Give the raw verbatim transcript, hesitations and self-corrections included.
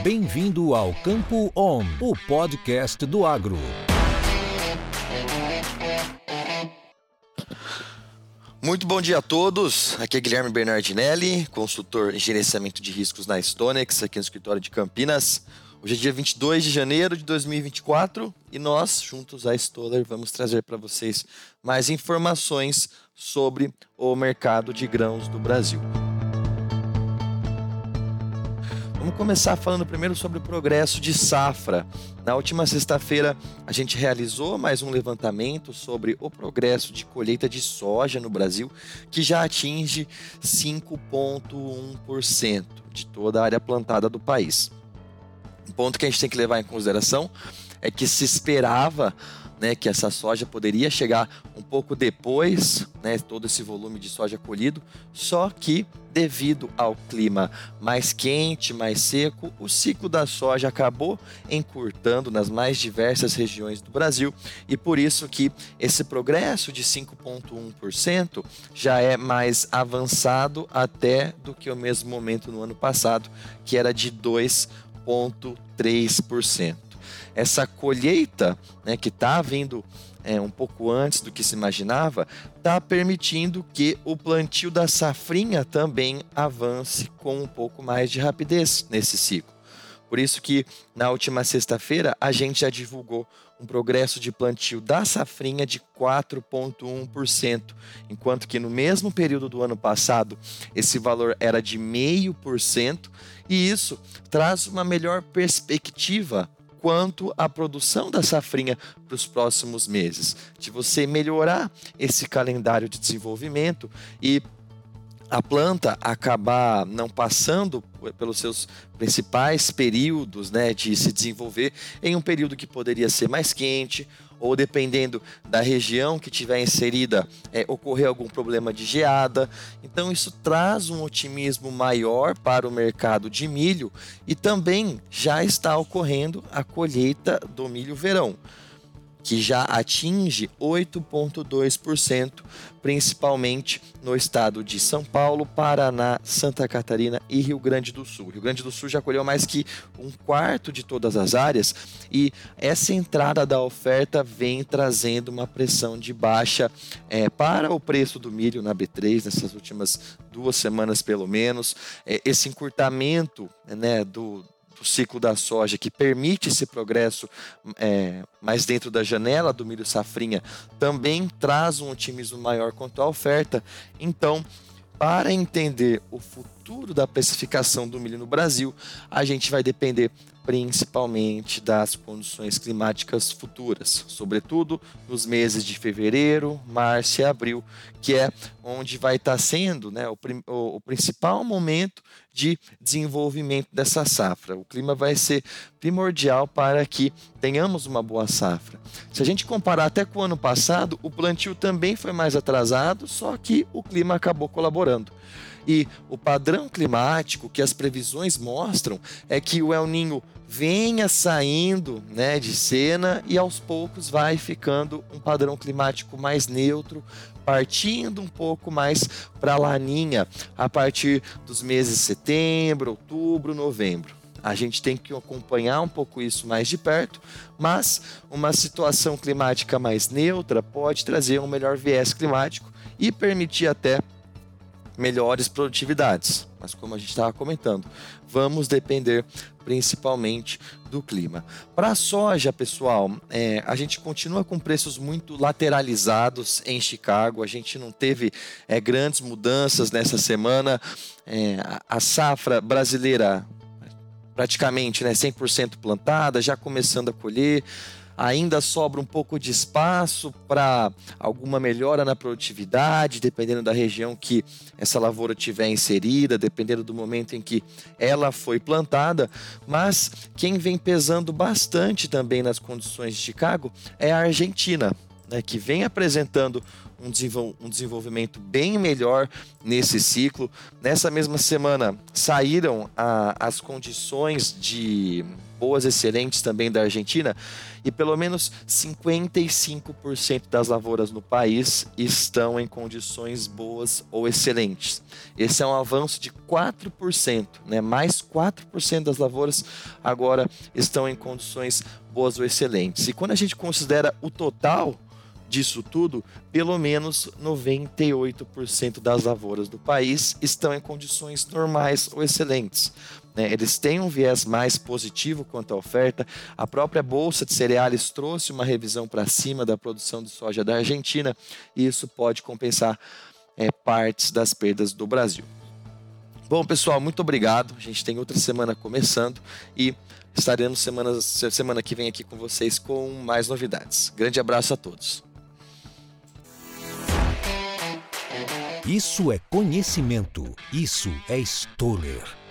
Bem-vindo ao Campo On, o podcast do agro. Muito bom dia a todos, aqui é Guilherme Bernardinelli, consultor em gerenciamento de riscos na Stonex, aqui no escritório de Campinas. Hoje é dia vinte e dois de janeiro de dois mil e vinte e quatro e nós, juntos à Stoller, vamos trazer para vocês mais informações sobre o mercado de grãos do Brasil. Vamos começar falando primeiro sobre o progresso de safra. Na última sexta-feira, a gente realizou mais um levantamento sobre o progresso de colheita de soja no Brasil, que já atinge cinco vírgula um por cento de toda a área plantada do país. Um ponto que a gente tem que levar em consideração é que se esperava, né, que essa soja poderia chegar um pouco depois, né, todo esse volume de soja colhido, só que devido ao clima mais quente, mais seco, o ciclo da soja acabou encurtando nas mais diversas regiões do Brasil e por isso que esse progresso de cinco vírgula um por cento já é mais avançado até do que o mesmo momento no ano passado, que era de dois vírgula três por cento. Essa colheita, né, que está vindo é, um pouco antes do que se imaginava, está permitindo que o plantio da safrinha também avance com um pouco mais de rapidez nesse ciclo. Por isso que na última sexta-feira a gente já divulgou um progresso de plantio da safrinha de quatro vírgula um por cento, enquanto que no mesmo período do ano passado esse valor era de zero vírgula cinco por cento, e isso traz uma melhor perspectiva quanto à produção da safrinha para os próximos meses, de você melhorar esse calendário de desenvolvimento e a planta acabar não passando pelos seus principais períodos, né, de se desenvolver em um período que poderia ser mais quente, ou dependendo da região que tiver inserida, é, ocorrer algum problema de geada. Então isso traz um otimismo maior para o mercado de milho e também já está ocorrendo a colheita do milho verão, que já atinge oito vírgula dois por cento, principalmente no estado de São Paulo, Paraná, Santa Catarina e Rio Grande do Sul. Rio Grande do Sul já colheu mais que um quarto de todas as áreas e essa entrada da oferta vem trazendo uma pressão de baixa é, para o preço do milho na B três nessas últimas duas semanas pelo menos. É, esse encurtamento, né, do do ciclo da soja, que permite esse progresso é, mais dentro da janela do milho safrinha, também traz um otimismo maior quanto à oferta. Então, para entender o futuro da precificação do milho no Brasil, a gente vai depender principalmente das condições climáticas futuras, sobretudo nos meses de fevereiro, março e abril, que é onde vai estar sendo, né, o, o, o principal momento de desenvolvimento dessa safra. O clima vai ser primordial para que tenhamos uma boa safra. Se a gente comparar até com o ano passado, o plantio também foi mais atrasado, só que o clima acabou colaborando. E o padrão climático que as previsões mostram é que o El Niño venha saindo, né, de cena e aos poucos vai ficando um padrão climático mais neutro, partindo um pouco mais para a Laninha a partir dos meses de setembro, outubro, novembro. A gente tem que acompanhar um pouco isso mais de perto, mas uma situação climática mais neutra pode trazer um melhor viés climático e permitir até melhores produtividades, mas como a gente estava comentando, vamos depender principalmente do clima. Para a soja, pessoal, é, a gente continua com preços muito lateralizados em Chicago, a gente não teve é, grandes mudanças nessa semana, é, a, a safra brasileira praticamente, né, cem por cento plantada, já começando a colher. Ainda sobra um pouco de espaço para alguma melhora na produtividade, dependendo da região que essa lavoura tiver inserida, dependendo do momento em que ela foi plantada. Mas quem vem pesando bastante também nas condições de Chicago é a Argentina, né, que vem apresentando um, desenvol- um desenvolvimento bem melhor nesse ciclo. Nessa mesma semana saíram a, as condições de boas excelentes também da Argentina, e pelo menos cinquenta e cinco por cento das lavouras no país estão em condições boas ou excelentes. Esse é um avanço de quatro por cento, né? Mais quatro por cento das lavouras agora estão em condições boas ou excelentes. E quando a gente considera o total disso tudo, pelo menos noventa e oito por cento das lavouras do país estão em condições normais ou excelentes. Eles têm um viés mais positivo quanto à oferta. A própria Bolsa de Cereais trouxe uma revisão para cima da produção de soja da Argentina, e isso pode compensar é, partes das perdas do Brasil. Bom, pessoal, muito obrigado. A gente tem outra semana começando e estaremos semana, semana que vem aqui com vocês com mais novidades. Grande abraço a todos. Isso é conhecimento. Isso é Stoller.